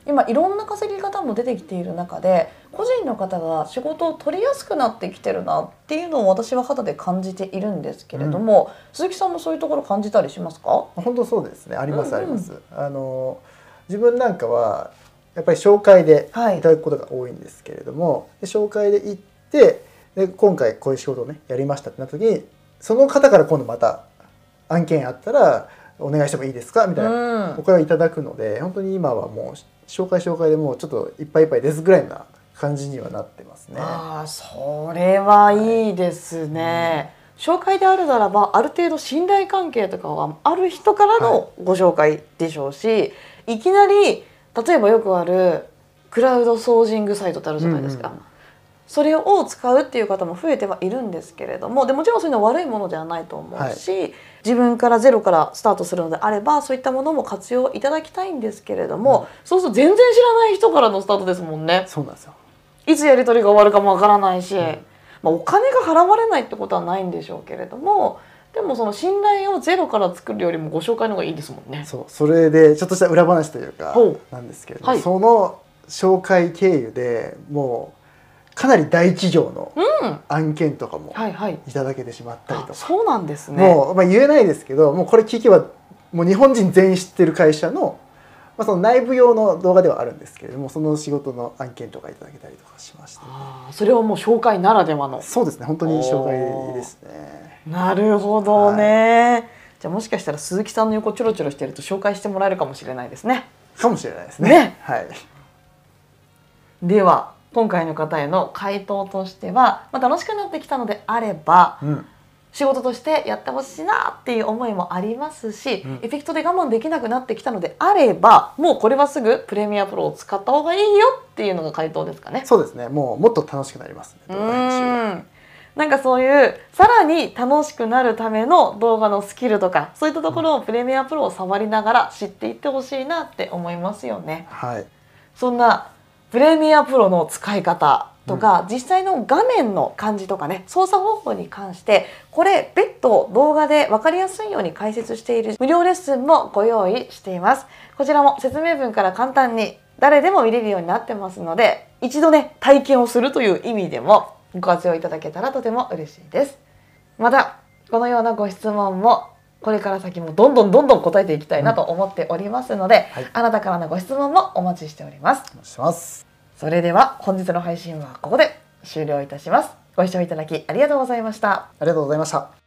今いろんな稼ぎ方も出てきている中で個人の方が仕事を取りやすくなってきてるなっていうのを私は肌で感じているんですけれども、鈴木さんもそういうところ感じたりしますか？ 本当そうですね、ありますあります。自分なんかはやっぱり紹介でいただくことが多いんですけれども、紹介で行ってで今回こういう仕事をねやりましたってなった時に、その方から今度また案件あったらお願いしてもいいですかみたいなお声をいただくので、本当に今はもう紹介でもうちょっといっぱいいっぱいですぐらいな感じにはなってますね。 ああ、それはいいですね。紹介であるならばある程度信頼関係とかがある人からのご紹介でしょうし、いきなり例えばよくあるクラウドソージングサイトってあるじゃないですか。それを使うっていう方も増えてはいるんですけれども、でもちろんそういうのは悪いものではないと思うし、自分からゼロからスタートするのであればそういったものも活用いただきたいんですけれども、そうすると全然知らない人からのスタートですもんね。 そうなんですよ。 いつやり取りが終わるかもわからないし、お金が払われないってことはないんでしょうけれども、でもその信頼をゼロから作るよりもご紹介の方がいいですもんね。 それでちょっとした裏話というかなんですけれども、その紹介経由でもうかなり大企業の案件とかもいただけてしまったりとか、 そうなんですね。 もう、言えないですけど、もうこれ聞けばもう日本人全員知ってる会社の、その内部用の動画ではあるんですけれども、その仕事の案件とかいただけたりとかしました、ね。 それはもう紹介ならではの。 そうですね、本当に紹介ですね。 なるほどね。じゃあもしかしたら鈴木さんの横ちょろちょろしてると紹介してもらえるかもしれないですね。 かもしれないですね。はい。 では今回の方への回答としては、楽しくなってきたのであれば、仕事としてやってほしいなっていう思いもありますし、エフェクトで我慢できなくなってきたのであれば、もうこれはすぐプレミアプロを使った方がいいよっていうのが回答ですかね。 そうですね。もっと楽しくなりますね。 なんかそういうさらに楽しくなるための動画のスキルとかそういったところをプレミアプロを触りながら知っていってほしいなって思いますよね。そんなプレミアプロの使い方とか、実際の画面の感じとかね、操作方法に関してこれ別途動画で分かりやすいように解説している無料レッスンもご用意しています。こちらも説明文から簡単に誰でも見れるようになってますので、一度ね体験をするという意味でもご活用いただけたらとても嬉しいです。またこのようなご質問もこれから先もどんどん答えていきたいなと思っておりますので、あなたからのご質問もお待ちしております。 お願いします。 それでは本日の配信はここで終了いたします。ご視聴いただきありがとうございました。 ありがとうございました。